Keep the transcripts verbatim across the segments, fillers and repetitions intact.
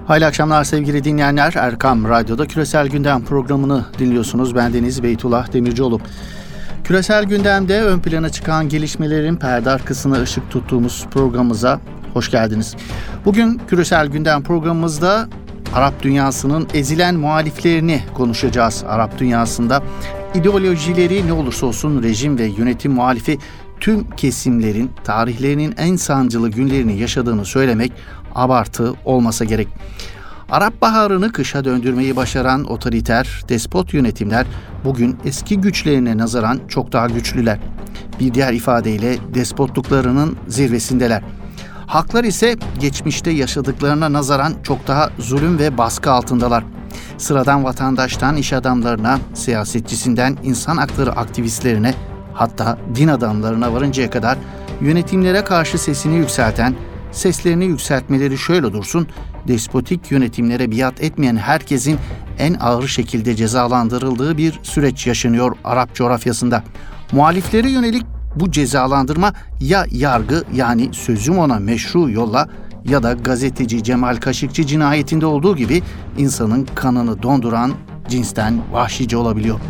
Hayırlı akşamlar sevgili dinleyenler. Erkam Radyo'da Küresel Gündem programını dinliyorsunuz. Ben Deniz Beytullah Demircioğlu. Küresel Gündem'de ön plana çıkan gelişmelerin perde arkasına ışık tuttuğumuz programımıza hoş geldiniz. Bugün Küresel Gündem programımızda Arap dünyasının ezilen muhaliflerini konuşacağız. Arap dünyasında ideolojileri ne olursa olsun rejim ve yönetim muhalifi tüm kesimlerin tarihlerinin en sancılı günlerini yaşadığını söylemek abartı olmasa gerek. Arap Baharı'nı kışa döndürmeyi başaran otoriter, despot yönetimler bugün eski güçlerine nazaran çok daha güçlüler. Bir diğer ifadeyle despotluklarının zirvesindeler. Halklar ise geçmişte yaşadıklarına nazaran çok daha zulüm ve baskı altındalar. Sıradan vatandaştan iş adamlarına, siyasetçisinden insan hakları aktivistlerine, hatta din adamlarına varıncaya kadar yönetimlere karşı sesini yükselten, seslerini yükseltmeleri şöyle dursun, despotik yönetimlere biat etmeyen herkesin en ağır şekilde cezalandırıldığı bir süreç yaşanıyor Arap coğrafyasında. Muhaliflere yönelik bu cezalandırma ya yargı, yani sözüm ona meşru yolla, ya da gazeteci Cemal Kaşıkçı cinayetinde olduğu gibi insanın kanını donduran cinsten vahşice olabiliyor.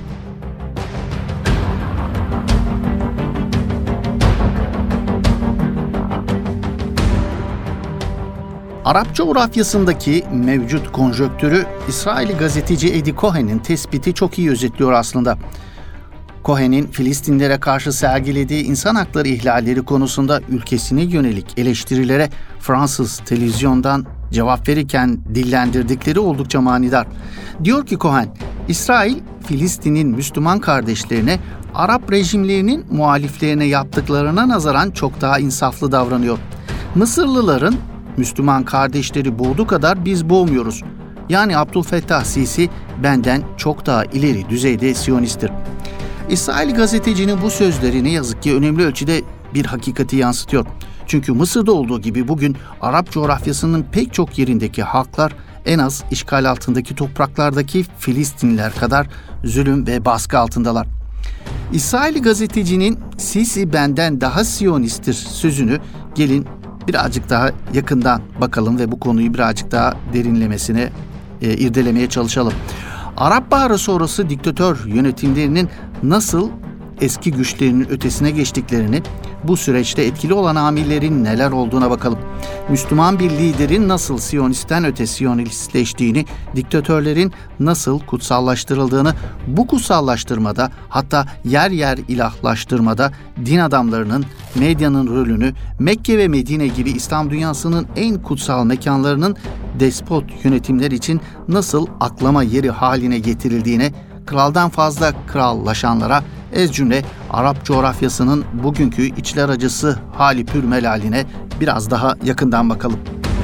Arap coğrafyasındaki mevcut konjonktürü İsraili gazeteci Eddie Cohen'in tespiti çok iyi özetliyor aslında. Cohen'in Filistinlere karşı sergilediği insan hakları ihlalleri konusunda ülkesine yönelik eleştirilere Fransız televizyondan cevap verirken dillendirdikleri oldukça manidar. Diyor ki Cohen, İsrail, Filistin'in Müslüman kardeşlerine Arap rejimlerinin muhaliflerine yaptıklarına nazaran çok daha insaflı davranıyor. Mısırlıların Müslüman kardeşleri boğduğu kadar biz boğmuyoruz. Yani Abdülfettah Sisi benden çok daha ileri düzeyde Siyonisttir. İsrail gazetecinin bu sözleri ne yazık ki önemli ölçüde bir hakikati yansıtıyor. Çünkü Mısır'da olduğu gibi bugün Arap coğrafyasının pek çok yerindeki halklar en az işgal altındaki topraklardaki Filistinliler kadar zulüm ve baskı altındalar. İsrail gazetecinin Sisi benden daha Siyonisttir sözünü gelin birazcık daha yakından bakalım ve bu konuyu birazcık daha derinlemesine e, irdelemeye çalışalım. Arap Baharı sonrası diktatör yönetimlerinin nasıl eski güçlerinin ötesine geçtiklerini, bu süreçte etkili olan amirlerin neler olduğuna bakalım. Müslüman bir liderin nasıl Siyonisten öte Siyonistleştiğini, diktatörlerin nasıl kutsallaştırıldığını, bu kutsallaştırmada, hatta yer yer ilahlaştırmada din adamlarının, medyanın rolünü, Mekke ve Medine gibi İslam dünyasının en kutsal mekanlarının despot yönetimler için nasıl aklama yeri haline getirildiğine, kraldan fazla krallaşanlara, ez cümle Arap coğrafyasının bugünkü içler acısı hali pür melaline biraz daha yakından bakalım.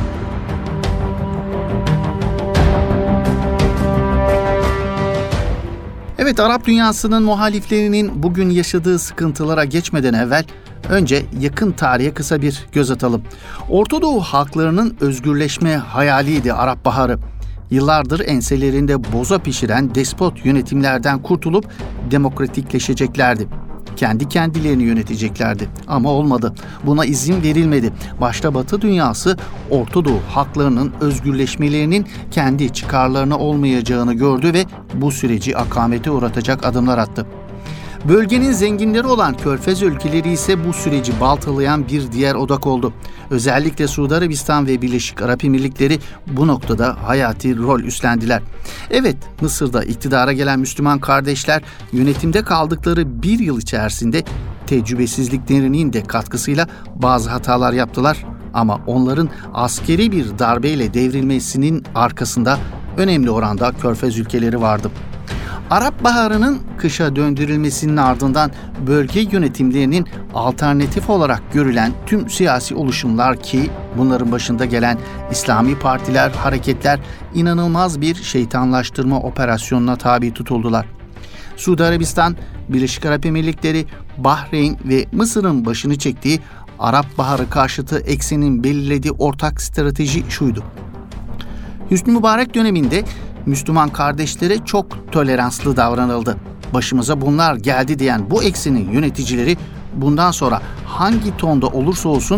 Evet, Arap dünyasının muhaliflerinin bugün yaşadığı sıkıntılara geçmeden evvel önce yakın tarihe kısa bir göz atalım. Orta Doğu halklarının özgürleşme hayaliydi Arap Baharı. Yıllardır enselerinde boza pişiren despot yönetimlerden kurtulup demokratikleşeceklerdi. Kendi kendilerini yöneteceklerdi ama olmadı. Buna izin verilmedi. Başta Batı dünyası Orta Doğu halklarının özgürleşmelerinin kendi çıkarlarına olmayacağını gördü ve bu süreci akamete uğratacak adımlar attı. Bölgenin zenginleri olan Körfez ülkeleri ise bu süreci baltalayan bir diğer odak oldu. Özellikle Suudi Arabistan ve Birleşik Arap Emirlikleri bu noktada hayati rol üstlendiler. Evet, Mısır'da iktidara gelen Müslüman kardeşler yönetimde kaldıkları bir yıl içerisinde tecrübesizliklerinin de katkısıyla bazı hatalar yaptılar. Ama onların askeri bir darbeyle devrilmesinin arkasında önemli oranda Körfez ülkeleri vardı. Arap Baharı'nın kışa döndürülmesinin ardından bölge yönetimlerinin alternatif olarak görülen tüm siyasi oluşumlar, ki bunların başında gelen İslami partiler, hareketler inanılmaz bir şeytanlaştırma operasyonuna tabi tutuldular. Suudi Arabistan, Birleşik Arap Emirlikleri, Bahreyn ve Mısır'ın başını çektiği Arap Baharı karşıtı eksenin belirlediği ortak strateji şuydu. Hüsnü Mübarek döneminde Müslüman kardeşlere çok toleranslı davranıldı. Başımıza bunlar geldi diyen bu eksenin yöneticileri bundan sonra hangi tonda olursa olsun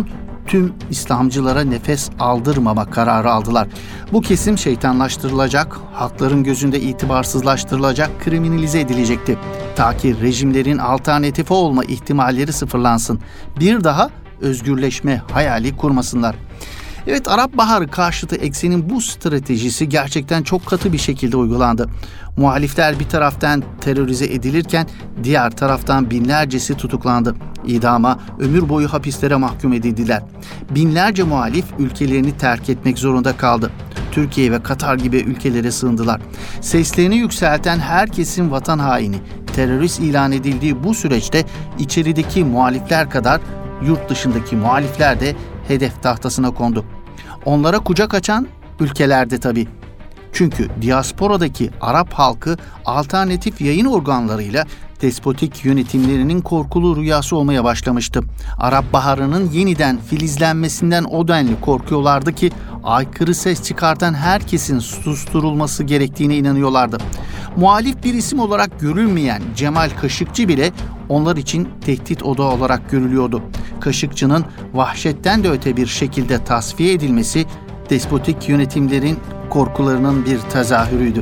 tüm İslamcılara nefes aldırmama kararı aldılar. Bu kesim şeytanlaştırılacak, halkların gözünde itibarsızlaştırılacak, kriminalize edilecekti. Ta ki rejimlerin alternatifi olma ihtimalleri sıfırlansın. Bir daha özgürleşme hayali kurmasınlar. Evet, Arap Baharı karşıtı eksenin bu stratejisi gerçekten çok katı bir şekilde uygulandı. Muhalifler bir taraftan terörize edilirken diğer taraftan binlercesi tutuklandı. İdama, ömür boyu hapislere mahkum edildiler. Binlerce muhalif ülkelerini terk etmek zorunda kaldı. Türkiye ve Katar gibi ülkelere sığındılar. Seslerini yükselten herkesin vatan haini, terörist ilan edildiği bu süreçte içerideki muhalifler kadar yurt dışındaki muhalifler de hedef tahtasına kondu. Onlara kucak açan ülkelerde tabii. Çünkü diasporadaki Arap halkı alternatif yayın organlarıyla despotik yönetimlerinin korkulu rüyası olmaya başlamıştı. Arap Baharı'nın yeniden filizlenmesinden o denli korkuyorlardı ki aykırı ses çıkartan herkesin susturulması gerektiğine inanıyorlardı. Muhalif bir isim olarak görülmeyen Cemal Kaşıkçı bile onlar için tehdit odağı olarak görülüyordu. Kaşıkçı'nın vahşetten de öte bir şekilde tasfiye edilmesi despotik yönetimlerin korkularının bir tezahürüydü.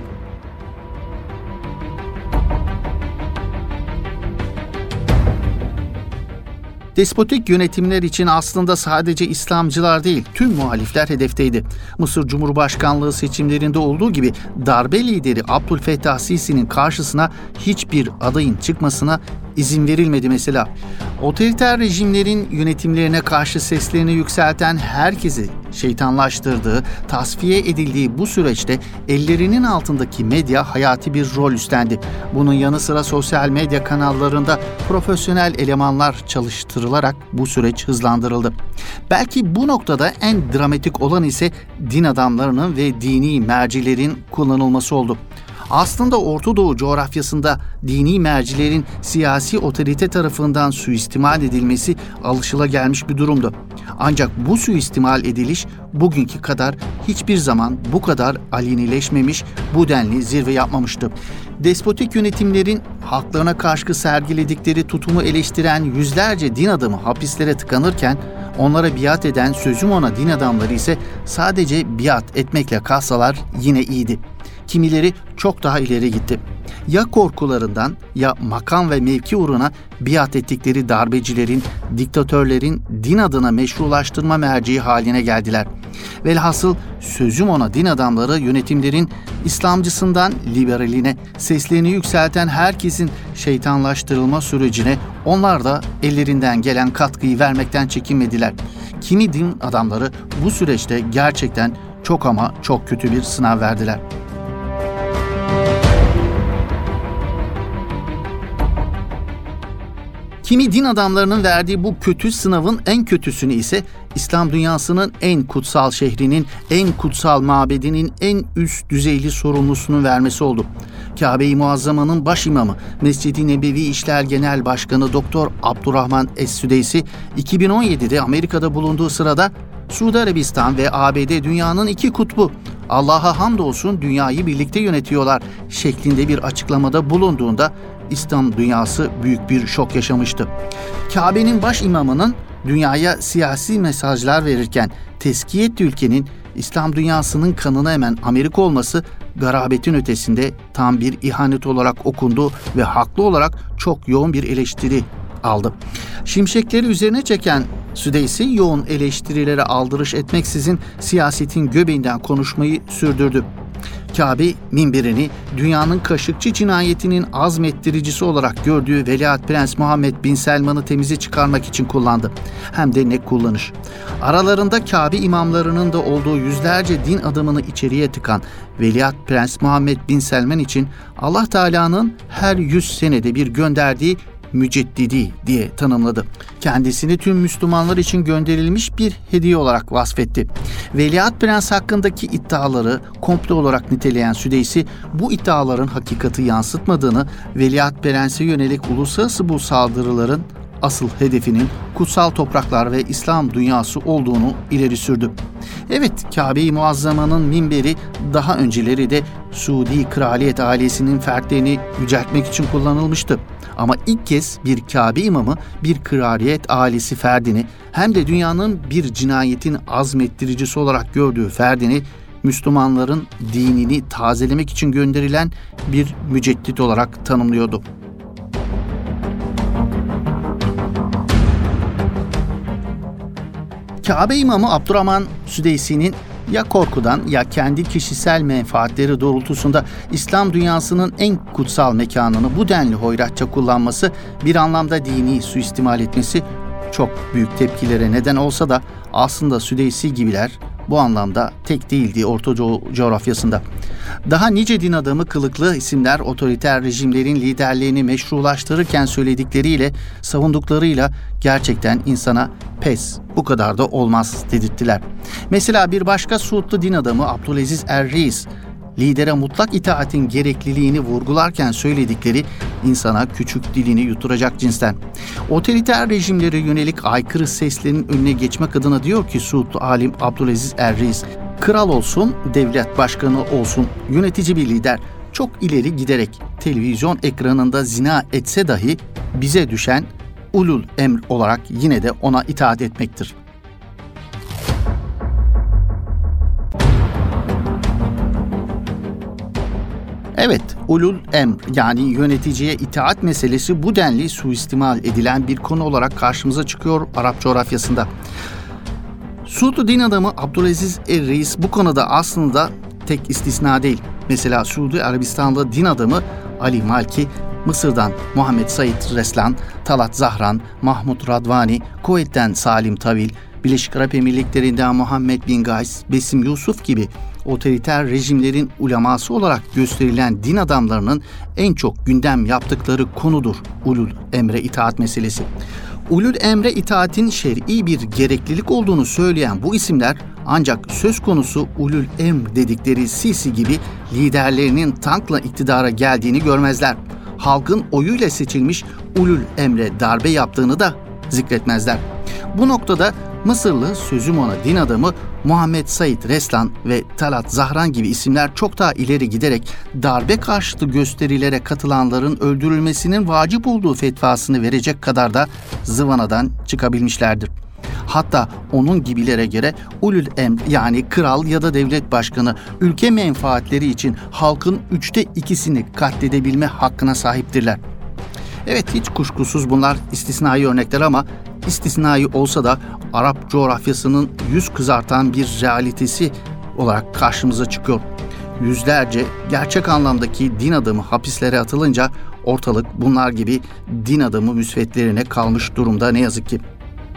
Despotik yönetimler için aslında sadece İslamcılar değil, tüm muhalifler hedefteydi. Mısır Cumhurbaşkanlığı seçimlerinde olduğu gibi darbe lideri Abdülfettah Sisi'nin karşısına hiçbir adayın çıkmasına izin verilmedi mesela. Otoriter rejimlerin yönetimlerine karşı seslerini yükselten herkesi şeytanlaştırdığı, tasfiye edildiği bu süreçte ellerinin altındaki medya hayati bir rol üstlendi. Bunun yanı sıra sosyal medya kanallarında profesyonel elemanlar çalıştırılarak bu süreç hızlandırıldı. Belki bu noktada en dramatik olan ise din adamlarının ve dini mercilerin kullanılması oldu. Aslında Orta Doğu coğrafyasında dini mercilerin siyasi otorite tarafından suistimal edilmesi alışılagelmiş bir durumdu. Ancak bu suistimal ediliş bugünkü kadar hiçbir zaman bu kadar alenileşmemiş, bu denli zirve yapmamıştı. Despotik yönetimlerin halklarına karşı sergiledikleri tutumu eleştiren yüzlerce din adamı hapislere tıkanırken onlara biat eden sözüm ona din adamları ise sadece biat etmekle kalsalar yine iyiydi. Kimileri çok daha ileri gitti. Ya korkularından ya makam ve mevki uğruna biat ettikleri darbecilerin, diktatörlerin din adına meşrulaştırma merceği haline geldiler. Velhasıl sözüm ona din adamları yönetimlerin İslamcısından liberaline seslerini yükselten herkesin şeytanlaştırılma sürecine onlar da ellerinden gelen katkıyı vermekten çekinmediler. Kimi din adamları bu süreçte gerçekten çok ama çok kötü bir sınav verdiler. Kimi din adamlarının verdiği bu kötü sınavın en kötüsünü ise İslam dünyasının en kutsal şehrinin, en kutsal mabedinin en üst düzeyli sorumlusunun vermesi oldu. Kabe-i Muazzama'nın baş imamı, Mescid-i Nebevi İşler Genel Başkanı Doktor Abdurrahman Es-Südeysi iki bin on yedide Amerika'da bulunduğu sırada Suudi Arabistan ve A B D dünyanın iki kutbu, Allah'a hamdolsun dünyayı birlikte yönetiyorlar şeklinde bir açıklamada bulunduğunda İslam dünyası büyük bir şok yaşamıştı. Kabe'nin baş imamının dünyaya siyasi mesajlar verirken teskiye ettiği ülkenin İslam dünyasının kanına emen Amerika olması garabetin ötesinde tam bir ihanet olarak okundu ve haklı olarak çok yoğun bir eleştiri aldı. Şimşekleri üzerine çeken Südeysi yoğun eleştirilere aldırış etmeksizin siyasetin göbeğinden konuşmayı sürdürdü. Kabe minberini dünyanın Kaşıkçı cinayetinin azmettiricisi olarak gördüğü Veliaht Prens Muhammed Bin Selman'ı temize çıkarmak için kullandı. Hem de ne kullanış. Aralarında Kabe imamlarının da olduğu yüzlerce din adamını içeriye tıkan Veliaht Prens Muhammed Bin Selman için Allah Teala'nın her yüz senede bir gönderdiği müceddidi diye tanımladı. Kendisini tüm Müslümanlar için gönderilmiş bir hediye olarak vasfetti. Veliaht Prens hakkındaki iddiaları komplo olarak niteleyen Südeysi, bu iddiaların hakikati yansıtmadığını, Veliaht Prens'e yönelik uluslararası bu saldırıların asıl hedefinin kutsal topraklar ve İslam dünyası olduğunu ileri sürdü. Evet, Kabe-i Muazzama'nın minberi daha önceleri de Suudi kraliyet ailesinin fertlerini yüceltmek için kullanılmıştı. Ama ilk kez bir Kabe imamı bir kraliyet ailesi ferdini hem de dünyanın bir cinayetin azmettiricisi olarak gördüğü ferdini Müslümanların dinini tazelemek için gönderilen bir müceddit olarak tanımlıyordu. Kabe imamı Abdurrahman Südeysi'nin ya korkudan ya kendi kişisel menfaatleri doğrultusunda İslam dünyasının en kutsal mekanını bu denli hoyratça kullanması, bir anlamda dini suistimal etmesi çok büyük tepkilere neden olsa da aslında Südeysi gibiler bu anlamda tek değildi Orta Doğu coğrafyasında. Daha nice din adamı kılıklı isimler otoriter rejimlerin liderliğini meşrulaştırırken söyledikleriyle, savunduklarıyla gerçekten insana pes, bu kadar da olmaz dedirttiler. Mesela bir başka Suudlu din adamı Abdülaziz Er-Reis, lidere mutlak itaatin gerekliliğini vurgularken söyledikleri insana küçük dilini yuturacak cinsten. Otoriter rejimlere yönelik aykırı seslerin önüne geçmek adına diyor ki Suudlu alim Abdülaziz Er-Reis, kral olsun, devlet başkanı olsun, yönetici bir lider çok ileri giderek televizyon ekranında zina etse dahi bize düşen ulul emr olarak yine de ona itaat etmektir. Evet, ulul emr yani yöneticiye itaat meselesi bu denli suistimal edilen bir konu olarak karşımıza çıkıyor Arap coğrafyasında. Suudlu din adamı Abdülaziz Er-Reis bu konuda aslında tek istisna değil. Mesela Suudi Arabistan'da din adamı Ali Malki, Mısır'dan Muhammed Said Reslan, Talat Zahran, Mahmud Radvani, Kuveyt'ten Salim Tavil, Birleşik Arap Emirlikleri'nden Muhammed bin Gays, Besim Yusuf gibi otoriter rejimlerin uleması olarak gösterilen din adamlarının en çok gündem yaptıkları konudur ulul emre itaat meselesi. Ulul emre itaatin şer'i bir gereklilik olduğunu söyleyen bu isimler ancak söz konusu ulul emr dedikleri Sisi gibi liderlerinin tankla iktidara geldiğini görmezler. Halkın oyuyla seçilmiş ulul emre darbe yaptığını da zikretmezler. Bu noktada Mısırlı sözüm ona din adamı Muhammed Said Reslan ve Talat Zahran gibi isimler çok daha ileri giderek darbe karşıtı gösterilere katılanların öldürülmesinin vacip olduğu fetvasını verecek kadar da zıvanadan çıkabilmişlerdir. Hatta onun gibilere göre ulul emr yani kral ya da devlet başkanı ülke menfaatleri için halkın üçte ikisini katledebilme hakkına sahiptirler. Evet, hiç kuşkusuz bunlar istisnai örnekler ama istisnai olsa da Arap coğrafyasının yüz kızartan bir realitesi olarak karşımıza çıkıyor. Yüzlerce gerçek anlamdaki din adamı hapislere atılınca ortalık bunlar gibi din adamı müsvedlerine kalmış durumda ne yazık ki.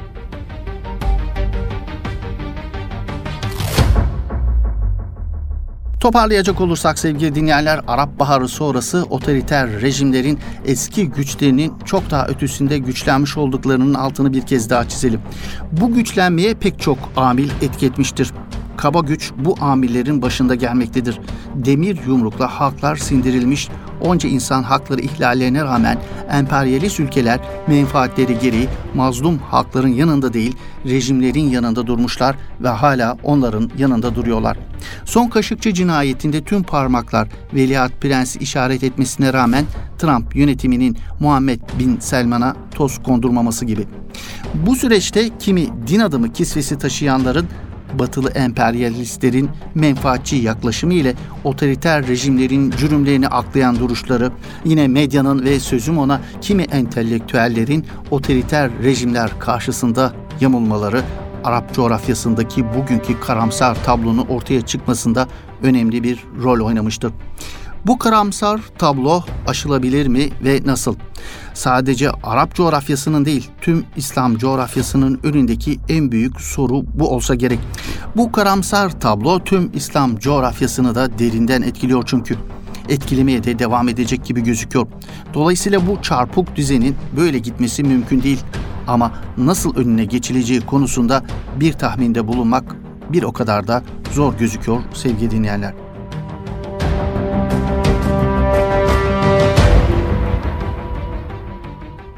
Toparlayacak olursak sevgili dinleyenler, Arap Baharı sonrası otoriter rejimlerin eski güçlerinin çok daha ötesinde güçlenmiş olduklarının altını bir kez daha çizelim. Bu güçlenmeye pek çok amil etki etmiştir. Kaba güç bu amillerin başında gelmektedir. Demir yumrukla halklar sindirilmiş, onca insan hakları ihlallerine rağmen emperyalist ülkeler menfaatleri gereği mazlum halkların yanında değil, rejimlerin yanında durmuşlar ve hala onların yanında duruyorlar. Son Kaşıkçı cinayetinde tüm parmaklar Veliaht Prens'i işaret etmesine rağmen Trump yönetiminin Muhammed bin Selman'a toz kondurmaması gibi. Bu süreçte kimi din adamı kisvesi taşıyanların Batılı emperyalistlerin menfaatçi yaklaşımı ile otoriter rejimlerin cürümlerini aklayan duruşları, yine medyanın ve sözüm ona kimi entelektüellerin otoriter rejimler karşısında yamulmaları, Arap coğrafyasındaki bugünkü karamsar tablonun ortaya çıkmasında önemli bir rol oynamıştır. Bu karamsar tablo aşılabilir mi ve nasıl? Sadece Arap coğrafyasının değil, tüm İslam coğrafyasının önündeki en büyük soru bu olsa gerek. Bu karamsar tablo tüm İslam coğrafyasını da derinden etkiliyor çünkü. Etkilemeye de devam edecek gibi gözüküyor. Dolayısıyla bu çarpık düzenin böyle gitmesi mümkün değil. Ama nasıl önüne geçileceği konusunda bir tahminde bulunmak bir o kadar da zor gözüküyor sevgili dinleyenler.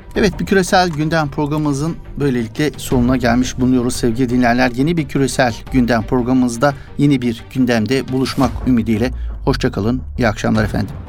Evet, bir küresel gündem programımızın böylelikle sonuna gelmiş bulunuyoruz sevgili dinleyenler. Yeni bir küresel gündem programımızda yeni bir gündemde buluşmak ümidiyle. Hoşça kalın, iyi akşamlar efendim.